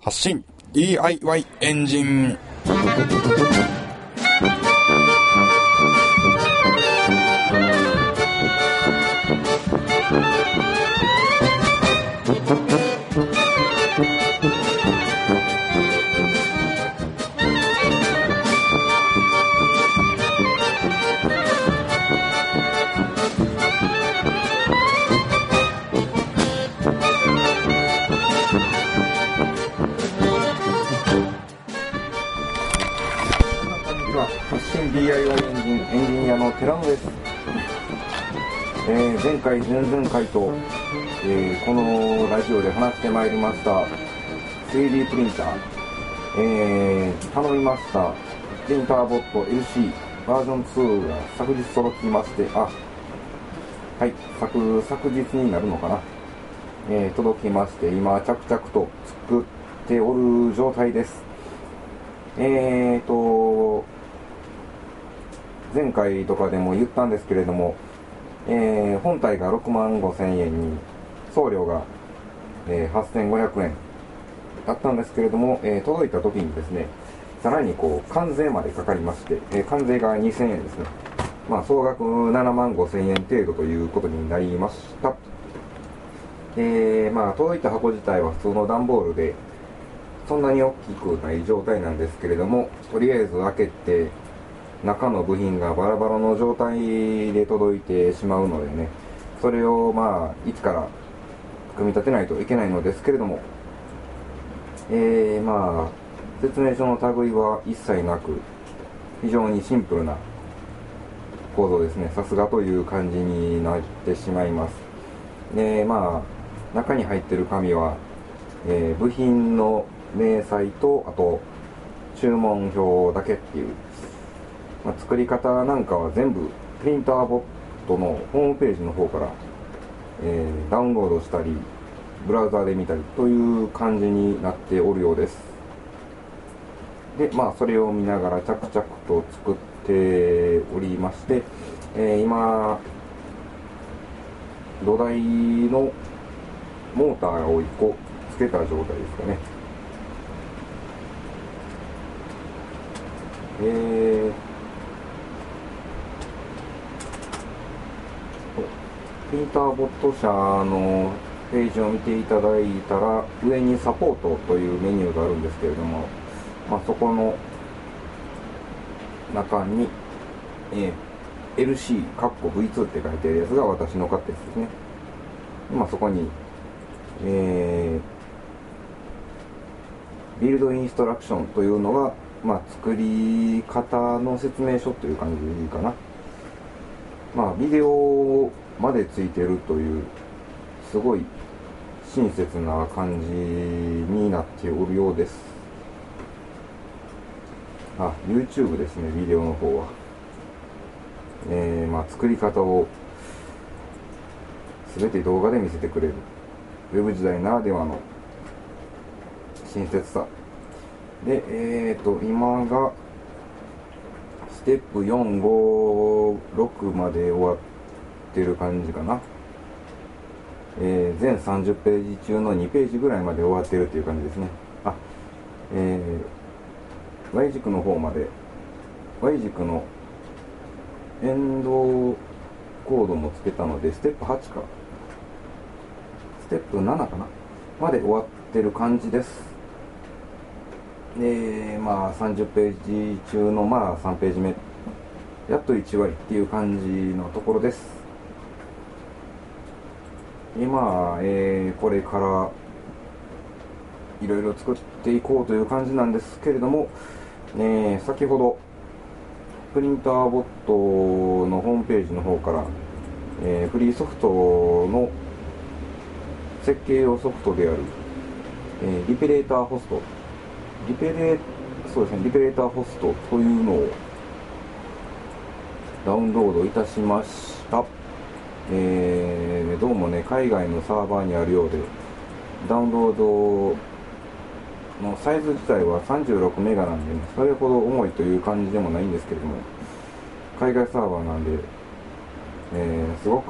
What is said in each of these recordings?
発信 DIY エンジン。 発信 DIY エンジニアの寺野です。前回前々回と、このラジオで話してまいりました 3D プリンター、頼みましたプリンターボット LC バージョン2が昨日揃っていまして、昨日になるのかな、届きまして、今着々と作っておる状態です。前回とかでも言ったんですけれども、本体が65,000円に送料が、8,500円だったんですけれども、届いた時にですね、さらに関税までかかりまして、関税が2,000円ですね。総額75,000円程度ということになりました。届いた箱自体は普通の段ボールでそんなに大きくない状態なんですけれども、とりあえず開けて中の部品がバラバラの状態で届いてしまうのでね、それを一から組み立てないといけないのですけれども、説明書の類は一切なく、非常にシンプルな構造ですね。さすがという感じになってしまいます。で、中に入ってる紙は、部品の明細と、あと注文表だけっていう、作り方なんかは全部プリンターボットのホームページの方から、ダウンロードしたりブラウザーで見たりという感じになっておるようです。で、それを見ながら着々と作っておりまして、今土台のモーターを1個つけた状態ですかね。プリンターボット社のページを見ていただいたら、上にサポートというメニューがあるんですけれども、そこの中に、LC V2 って書いてあるやつが私の買ったやつですね。そこに、ビルドインストラクションというのが、作り方の説明書という感じでいいかな。ビデオまでついてるというすごい親切な感じになっておるようです。YouTube ですね、ビデオの方は。作り方を全て動画で見せてくれるウェブ時代ならではの親切さで、今がステップ4、5、6まで終わってる感じかな。全30ページ中の2ページぐらいまで終わってるっていう感じですね。Y 軸の方まで、Y 軸のエンドコードもつけたので、ステップ8かステップ7かなまで終わってる感じです。で、30ページ中の3ページ目、やっと1割っていう感じのところです。今、これからいろいろ作っていこうという感じなんですけれども、先ほどプリンターボットのホームページの方から、フリーソフトの設計用ソフトである、リペレーターホストリペレーターホストというのをダウンロードいたしました。どうもね、海外のサーバーにあるようで、ダウンロードのサイズ自体は36メガなんで、それほど重いという感じでもないんですけれども、海外サーバーなんで、すごく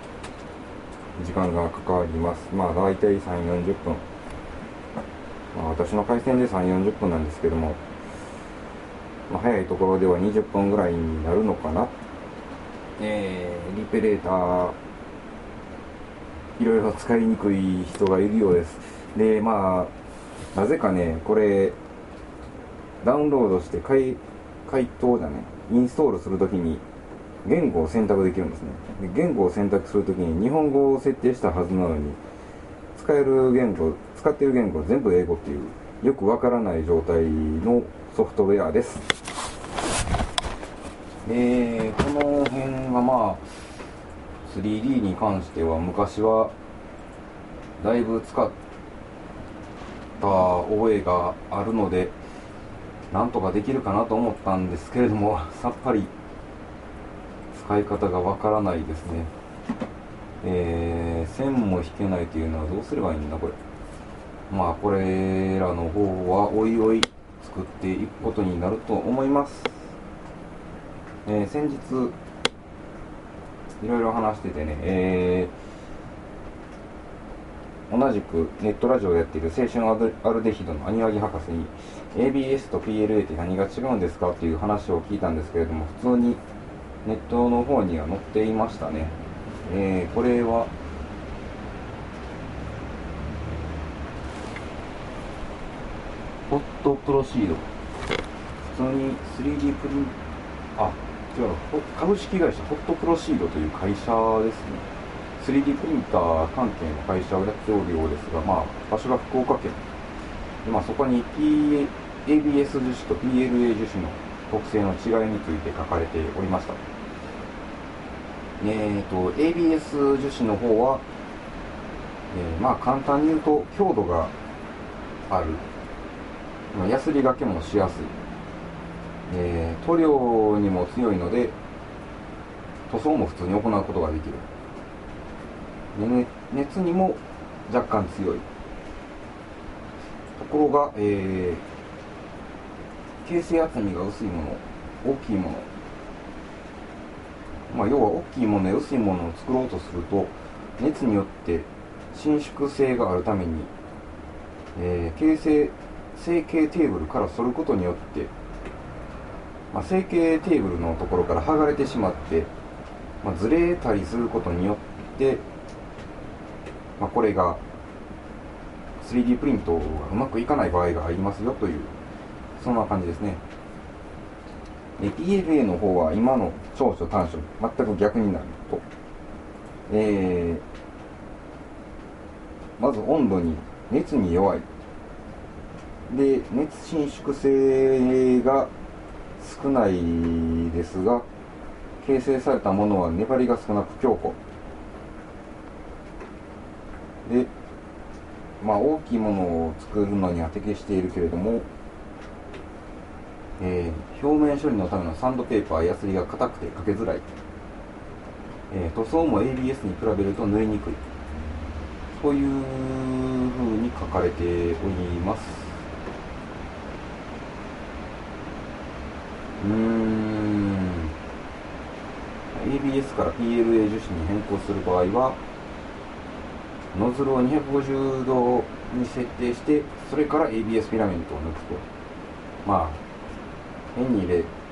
時間がかかります。大体3、40分、 私の回線で3、40分なんですけども、早いところでは20分ぐらいになるのかな。リペレーターいろいろ使いにくい人がいるようです。で、なぜかね、これダウンロードしてインストールするときに言語を選択できるんですね。で、言語を選択するときに日本語を設定したはずなのに、使ってる言語全部英語っていうよくわからない状態のソフトウェアです。この辺は3D に関しては昔はだいぶ使った覚えがあるのでなんとかできるかなと思ったんですけれども、さっぱり使い方がわからないですね。線も引けないというのはどうすればいいんだこれ。これらの方はおいおい作っていくことになると思います。先日いろいろ話しててね、同じくネットラジオをやっている青春アルデヒドのアニワギ博士に ABS と PLA って何が違うんですかっていう話を聞いたんですけれども、普通にネットの方には載っていましたね。これはホットプロシード、普通に 3D プリン株式会社ホットプロシードという会社ですね。3D プリンター関係の会社をやっておるようですが、場所が福岡県で、そこに ABS 樹脂と PLA 樹脂の特性の違いについて書かれておりました。ABS 樹脂の方は、簡単に言うと強度がある、ヤスリがけもしやすい、塗料にも強いので塗装も普通に行うことができる。で、熱にも若干強い。ところが、形成厚みが薄いもの、大きいもの、要は大きいものや薄いものを作ろうとすると熱によって伸縮性があるために、成形テーブルから反ることによって、成形テーブルのところから剥がれてしまって、ずれたりすることによって、これが 3D プリントがうまくいかない場合がありますよという、そんな感じですね。で、PLA の方は今の長所短所全く逆になると、まず温度に熱に弱い。で、熱伸縮性が少ないですが、形成されたものは粘りが少なく強固で、大きいものを作るのには適しているけれども、表面処理のためのサンドペーパーやヤスリが硬くてかけづらい、塗装も ABS に比べると塗りにくい、そういう風に書かれております。ABS から PLA 樹脂に変更する場合はノズルを250度に設定して、それから ABS フィラメントを抜くと、変に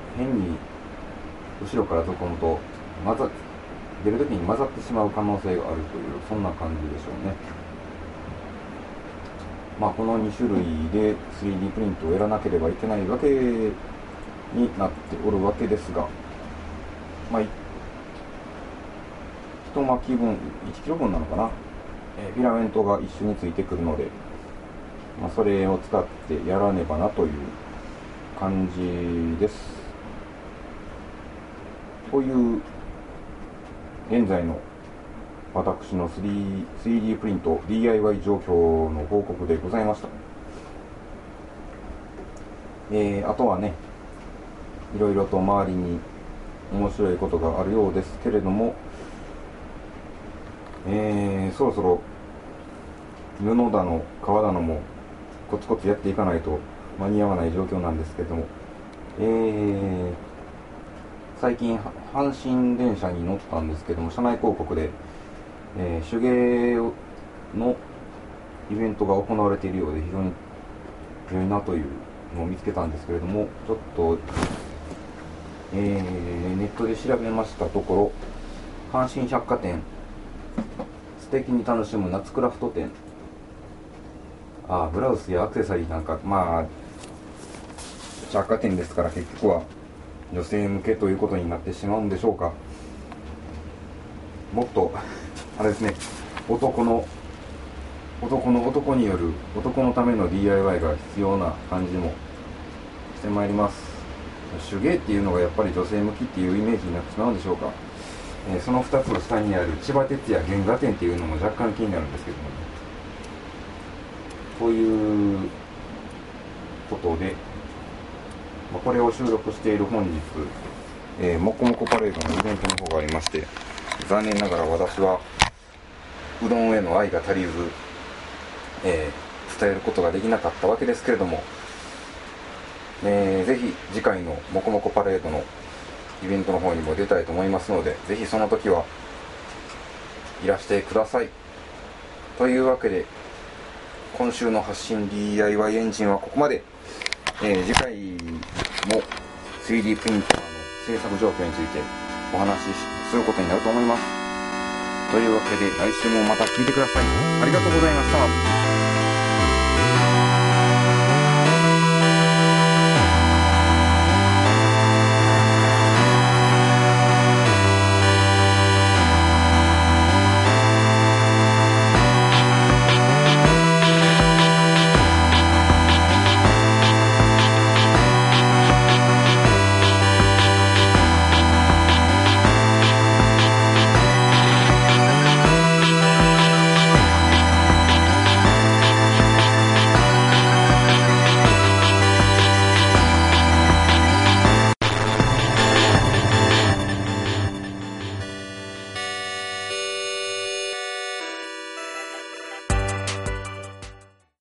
後ろから突っ込むと出るときに混ざってしまう可能性があるという、そんな感じでしょうね。この2種類で 3D プリントをやらなければいけないわけになっておるわけですが、1巻き分、1キロ分なのかな、フィラメントが一緒についてくるので、それを使ってやらねばなという感じです。という現在の私の 3D プリント DIY 状況の報告でございました。あとはね、いろいろと周りに面白いことがあるようですけれども、そろそろ布だの革だのもコツコツやっていかないと間に合わない状況なんですけれども、最近阪神電車に乗ったんですけども、車内広告で、手芸のイベントが行われているようで非常に良いなというのを見つけたんですけれども、ちょっと、ネットで調べましたところ、阪神百貨店素敵に楽しむ夏クラフト展、ブラウスやアクセサリーなんか、百貨店ですから結局は女性向けということになってしまうんでしょうか。もっとあれですね、男による男のための DIY が必要な感じもしてまいります。手芸っていうのがやっぱり女性向きっていうイメージになってしまうんでしょうか。その2つの下にある千葉哲也原画展っていうのも若干気になるんですけども、ということで、これを収録している本日、もこもこパレードのイベントの方がありまして、残念ながら私はうどんへの愛が足りず、伝えることができなかったわけですけれども、ぜひ次回のもこもこパレードのイベントの方にも出たいと思いますので、ぜひその時はいらしてください。というわけで、今週の発信 DIY エンジンはここまで。次回も 3D プリンターの制作状況についてお話しすることになると思います。というわけで来週もまた聞いてください。ありがとうございました。